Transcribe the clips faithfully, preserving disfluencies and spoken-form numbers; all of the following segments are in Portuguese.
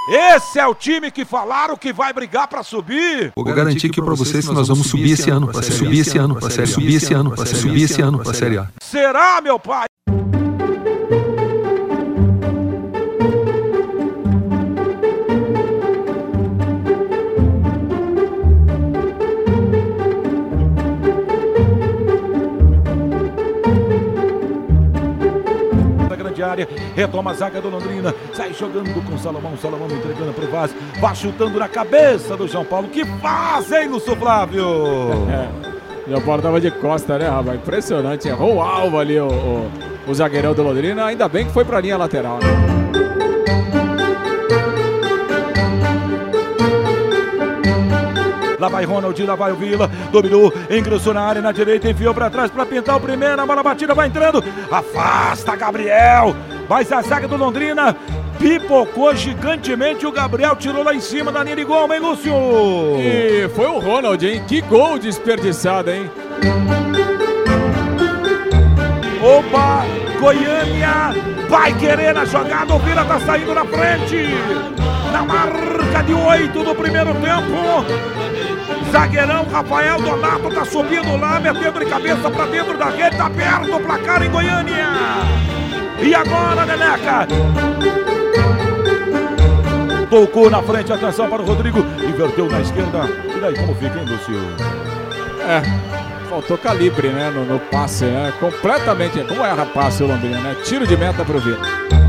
Esse é o time que falaram que vai brigar pra subir. Vou garantir aqui pra vocês que nós vamos subir esse ano, pra subir esse ano, pra subir esse ano, pra subir esse ano, pra Série A. Será, meu pai? Área, retoma a zaga do Londrina, sai jogando com o Salomão, Salomão entregando pro Vaz, vai chutando na cabeça do João Paulo. Que faz, hein, Lúcio Flávio? É, João Paulo tava de costa, né, rapaz? Impressionante, errou o alvo ali o, o, o zagueirão do Londrina, ainda bem que foi pra linha lateral, né? Lá vai Ronald, lá vai o Vila, dominou, ingressou na área, na direita, enfiou pra trás pra pintar o primeiro, a bola batida vai entrando, afasta Gabriel, mas a zaga do Londrina pipocou gigantemente, o Gabriel tirou lá em cima da linha de gol, hein, Lúcio? E foi o Ronald, hein? Que gol desperdiçado, hein? Opa, Goiânia vai querer na jogada, o Vila tá saindo na frente, na marca de oito do primeiro tempo. Zagueirão Rafael Donato tá subindo lá, metendo de cabeça pra dentro da rede, tá perto do placar em Goiânia. E agora, Neneca? Tocou na frente, atenção para o Rodrigo, inverteu na esquerda. E daí, como fica, hein, Lúcio? É, faltou calibre, né, no, no passe, né? Completamente, como erra passe o Londrina, né? Tiro de meta pro Vila.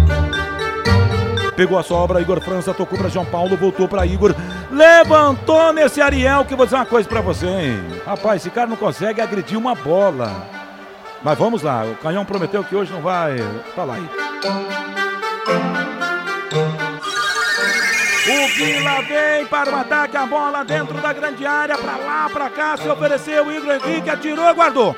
Pegou a sobra, Igor França, tocou para João Paulo, voltou para Igor, levantou nesse Ariel, que vou dizer uma coisa para você, hein? Rapaz, esse cara não consegue agredir uma bola. Mas vamos lá, o Canhão prometeu que hoje não vai... Tá lá aí. O Vila vem para o ataque, a bola dentro da grande área, para lá, para cá, se ofereceu, o Igor Henrique atirou e guardou.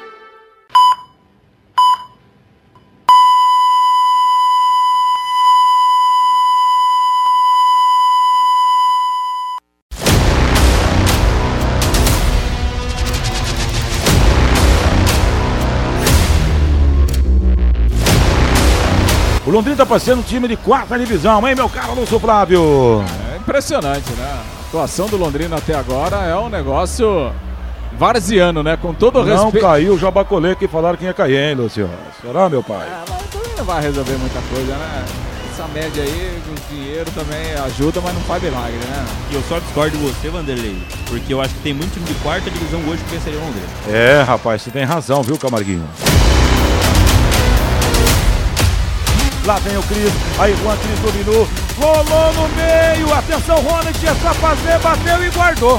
O Londrina tá passando um time de quarta divisão, hein, meu caro Lúcio Flávio? É impressionante, né? A atuação do Londrina até agora é um negócio varziano, né? Com todo o Não respeito. Não caiu o Jabacolê que falaram que ia cair, hein, Lúcio? Será, meu pai? É, mas não vai resolver muita coisa, né? Essa média aí, o dinheiro também ajuda, mas não faz milagre, né? E eu só discordo de você, Vanderlei, porque eu acho que tem muito time de quarta divisão hoje que venceria o Londrina. É, rapaz, você tem razão, viu, Camarguinho? Lá vem o Cris, aí Juan Cris dominou, rolou no meio, atenção Ronald, é só fazer, bateu e guardou.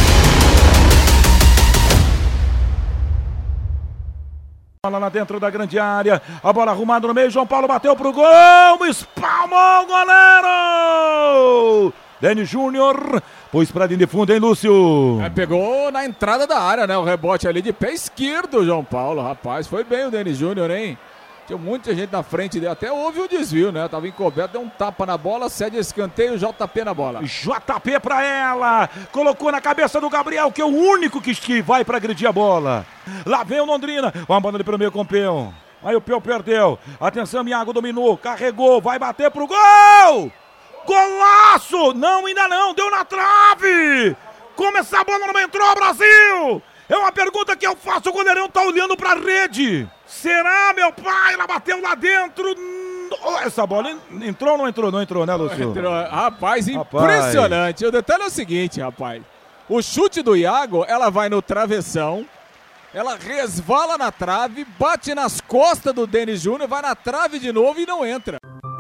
Bola lá dentro da grande área, a bola arrumada no meio, João Paulo bateu pro gol, espalmou o goleiro! Denis Júnior, pôs pra dentro de fundo, hein, Lúcio? É, pegou na entrada da área, né, o rebote ali de pé esquerdo, João Paulo, rapaz, foi bem o Denis Júnior, hein? Tinha muita gente na frente dele, até houve um desvio, né? Tava encoberto, deu um tapa na bola, cede escanteio, J P na bola. J P pra ela, colocou na cabeça do Gabriel, que é o único que, que vai pra agredir a bola. Lá vem o Londrina, uma bola ali pro meio com o Peu. Aí o Peu perdeu, atenção, Miago dominou, carregou, vai bater pro gol! Golaço! Não, ainda não, deu na trave! Como essa bola não entrou, Brasil? É uma pergunta que eu faço, o goleirão tá olhando pra rede. Será, meu pai? Ela bateu lá dentro. Essa bola entrou ou não entrou? Não entrou, né, Lúcio? Entrou. Rapaz, impressionante. Rapaz. O detalhe é o seguinte, rapaz. O chute do Iago, ela vai no travessão, ela resvala na trave, bate nas costas do Denis Júnior, vai na trave de novo e não entra.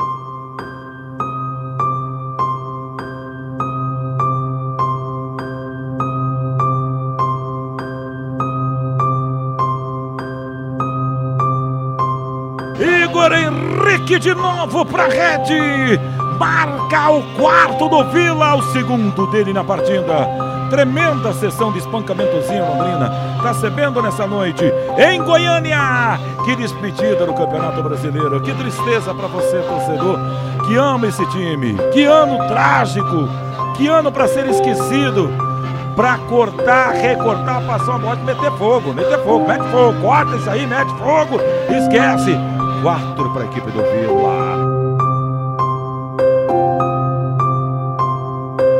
Igor Henrique de novo pra rede, marca o quarto do Vila, o segundo dele na partida. Tremenda sessão de espancamentozinho, Londrina tá recebendo nessa noite em Goiânia. Que despedida do Campeonato Brasileiro, que tristeza pra você, torcedor, que ama esse time. Que ano trágico, que ano pra ser esquecido, pra cortar, recortar, passar uma bola, meter fogo, meter fogo, mete fogo, corta isso aí, mete fogo, esquece. Quatro para a equipe do Vila.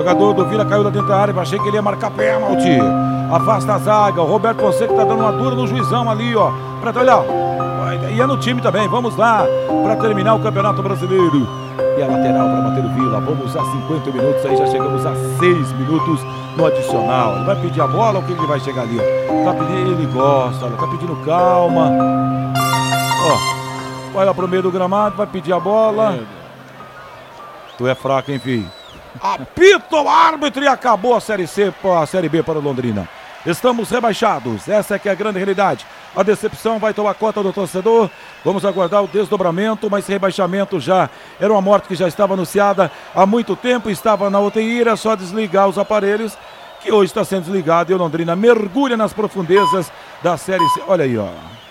Jogador do Vila caiu lá dentro da área, eu achei que ele ia marcar pênalti. Afasta a zaga, o Roberto Fonseca tá dando uma dura no juizão ali, ó. Pra olhar, e é no time também, vamos lá, pra terminar o Campeonato Brasileiro. E a lateral para bater o Vila, vamos a cinquenta minutos, aí já chegamos a seis minutos no adicional. Ele vai pedir a bola ou o que ele vai chegar ali, ó? Tá pedindo, ele gosta, tá pedindo calma. Ó, vai lá pro meio do gramado, vai pedir a bola. Tu é fraco, hein, filho? Apita o árbitro e acabou a Série C, a Série B para o Londrina. Estamos rebaixados, essa é que é a grande realidade. A decepção vai tomar conta do torcedor. Vamos aguardar o desdobramento, mas rebaixamento já era uma morte que já estava anunciada há muito tempo, estava na U T I, era só desligar os aparelhos, que hoje está sendo desligado e o Londrina mergulha nas profundezas da Série C. Olha aí, ó.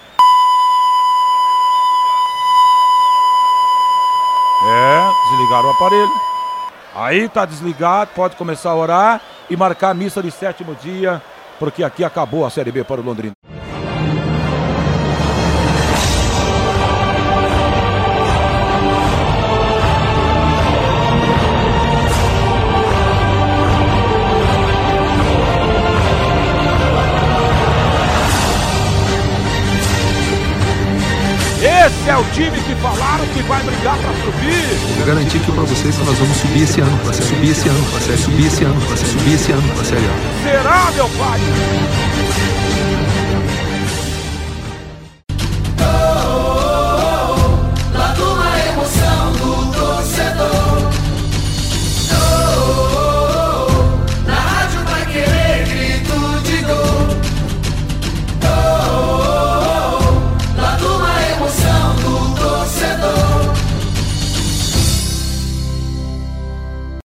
É, desligaram o aparelho. Aí tá desligado, pode começar a orar e marcar a missa de sétimo dia, porque aqui acabou a Série B para o Londrina. Esse é o time que falaram que vai brigar para subir. Eu garanti aqui para vocês que nós vamos subir esse ano, para subir esse ano, para subir esse ano, para subir esse ano, para Série A. Será, meu pai?